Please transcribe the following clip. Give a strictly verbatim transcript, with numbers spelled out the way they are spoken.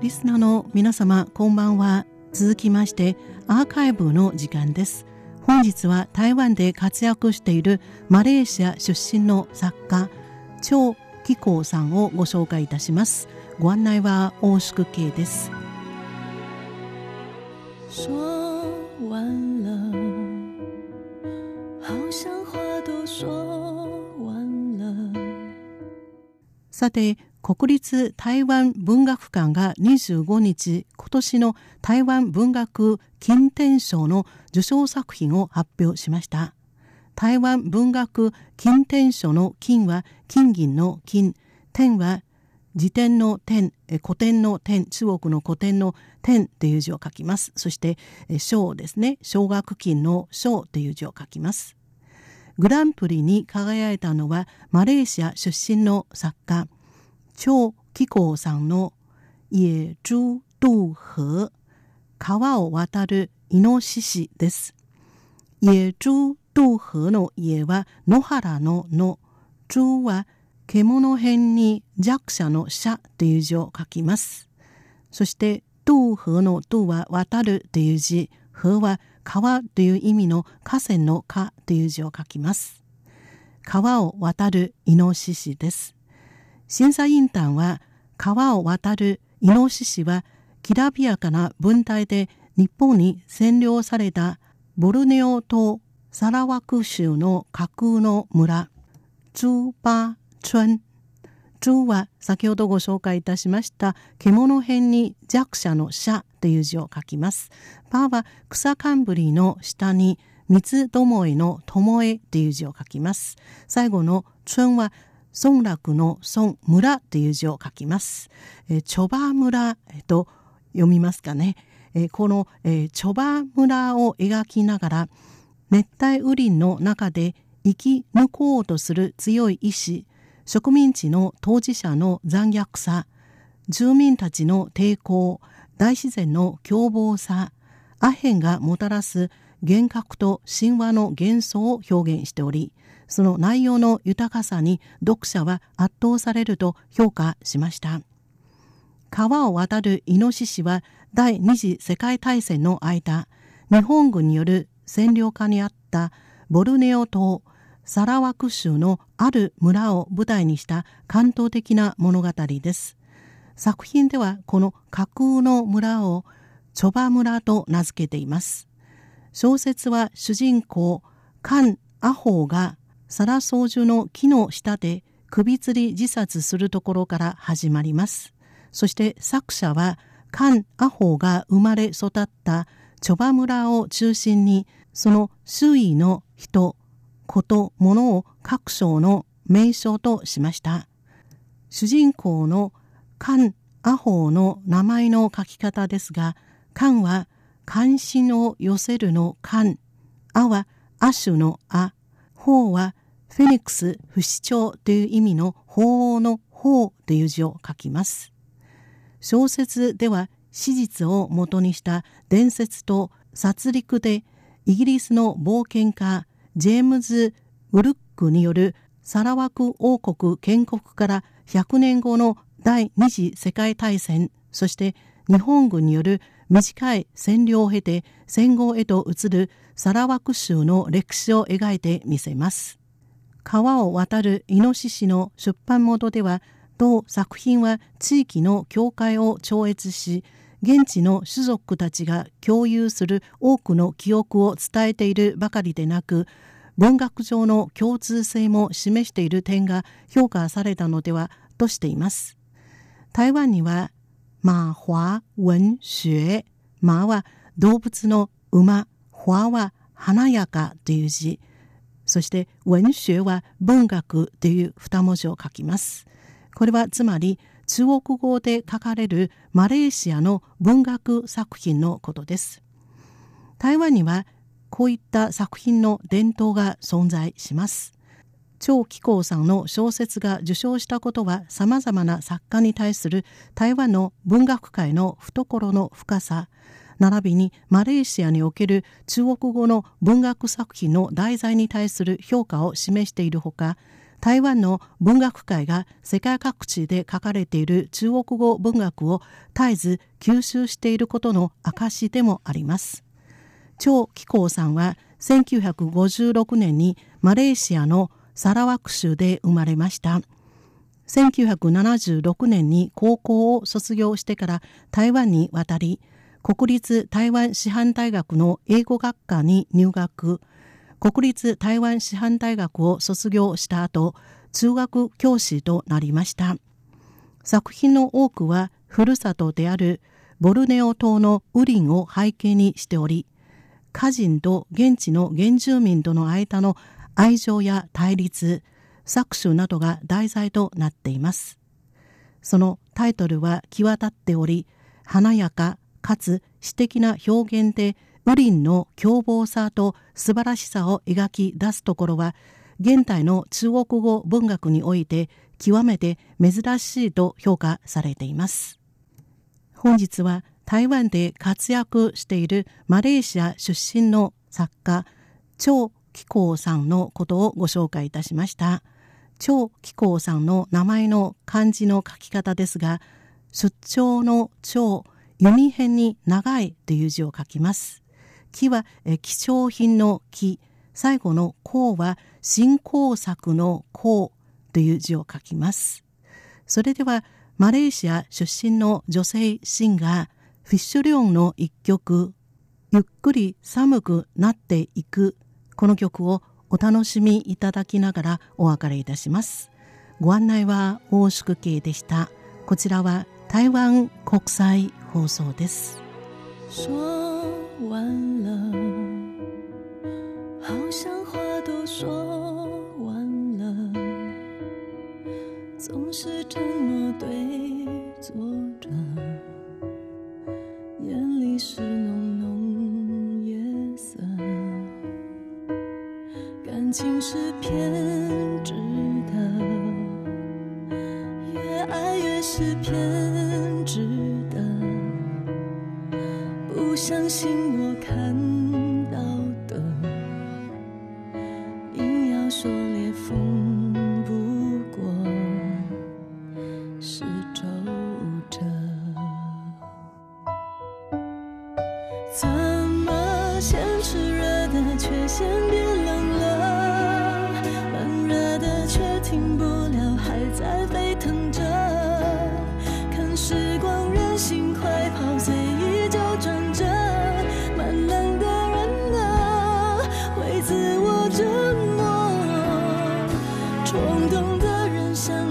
リスナーの皆様こんばんは。続きましてアーカイブの時間です。本日は台湾で活躍しているマレーシア出身の作家張紀光さんをご紹介いたします。ご案内は大宿慶です。 说完了好像话都说完了。 さて、国立台湾文学館がにじゅうごにち、今年の台湾文学金天賞の受賞作品を発表しました。台湾文学金天賞の金は金銀の金、天は辞典の天、古典の天、中国の古典の天という字を書きます。そして賞ですね、奨学金の賞という字を書きます。グランプリに輝いたのはマレーシア出身の作家張紀光さんの野猪渡河、川を渡るイノシシです。野猪渡河の野は野原の野、猪は獣編に弱者の者という字を書きます。そして渡河の渡は渡るという字、河は川という意味の河川の河という字を書きます。川を渡るイノシシです。審査員団は川を渡るイノシシはきらびやかな文体で日本に占領されたボルネオ島サラワク州の架空の村猪八村、猪は先ほどご紹介いたしました獣編に弱者の者という字を書きます。パは草冠の下に三つどもえのともえという字を書きます。最後の村は村落の村、村という字を書きます。えー、チョバ村と読みますかね。えー、この、えー、チョバ村を描きながら熱帯雨林の中で生き抜こうとする強い意志、植民地の当事者の残虐さ、住民たちの抵抗、大自然の凶暴さ、アヘンがもたらす幻覚と神話の幻想を表現しており、その内容の豊かさに読者は圧倒されると評価しました。川を渡るイノシシは第二次世界大戦の間、日本軍による占領下にあったボルネオ島サラワク州のある村を舞台にした感動的な物語です。作品ではこの架空の村をチョバ村と名付けています。小説は主人公カン・アホーがサラソウジュの木の下で首吊り自殺するところから始まります。そして作者はカン・アホーが生まれ育ったチョバ村を中心にその周囲の人、こと、物を各章の名称としました。主人公のカン・アホーの名前の書き方ですが、カンは関心を寄せるのカン、アはアシュのア、ホーはフェニックス不死鳥という意味の鳳凰の鳳という字を書きます。小説では史実を元にした伝説と殺戮でイギリスの冒険家ジェームズ・ウルックによるサラワク王国建国からひゃくねんごの第二次世界大戦、そして日本軍による短い占領を経て戦後へと移るサラワク州の歴史を描いてみせます。川を渡るイノシシの出版元では、同作品は地域の境界を超越し、現地の種族たちが共有する多くの記憶を伝えているばかりでなく、文学上の共通性も示している点が評価されたのではとしています。台湾には馬華文學、馬は動物の馬、華は華やかという字、そして文学は文学という二文字を書きます。これはつまり中国語で書かれるマレーシアの文学作品のことです。台湾にはこういった作品の伝統が存在します。張紀光さんの小説が受賞したことは、さまざまな作家に対する台湾の文学界の懐の深さ、並びにマレーシアにおける中国語の文学作品の題材に対する評価を示しているほか、 台湾の文学界が世界各地で書かれている中国語文学を絶えず吸収していることの証でもあります。張紀行さんはせんきゅうひゃくごじゅうろくねんにマレーシアのサラワク州で生まれました。せんきゅうひゃくななじゅうろくねんに高校を卒業してから台湾に渡り、国立台湾師範大学の英語学科に入学、国立台湾師範大学を卒業した後、中学教師となりました。作品の多くはふるさとであるボルネオ島の雨林を背景にしており、歌人と現地の原住民との間の愛情や対立、搾取などが題材となっています。そのタイトルは際立っており、華やかかつ詩的な表現で雨林の凶暴さと素晴らしさを描き出すところは、現代の中国語文学において極めて珍しいと評価されています。本日は台湾で活躍しているマレーシア出身の作家、張紀行さんのことをご紹介いたしました。張紀行さんの名前の漢字の書き方ですが、出張の張、弓辺に長いという字を書きます。木は希少品の木、最後の工は新工作の工という字を書きます。それではマレーシア出身の女性シンガー、フィッシュリョンの一曲、ゆっくり寒くなっていく、この曲をお楽しみいただきながらお別れいたします。ご案内は大宿慶でした。こちらは台湾国際放送です。 说完了，好像话都说完了，总是沉默对坐着，眼里是浓浓夜色，感情是偏执的，越爱越是偏执的，不相信我看到的，硬要说裂缝不过是皱褶，怎么先炽热的却先变冷了，冷热的却停不了，还在沸腾着，看时光任性快跑，随意就转着，蛮冷的人啊，会自我折磨，冲动的人想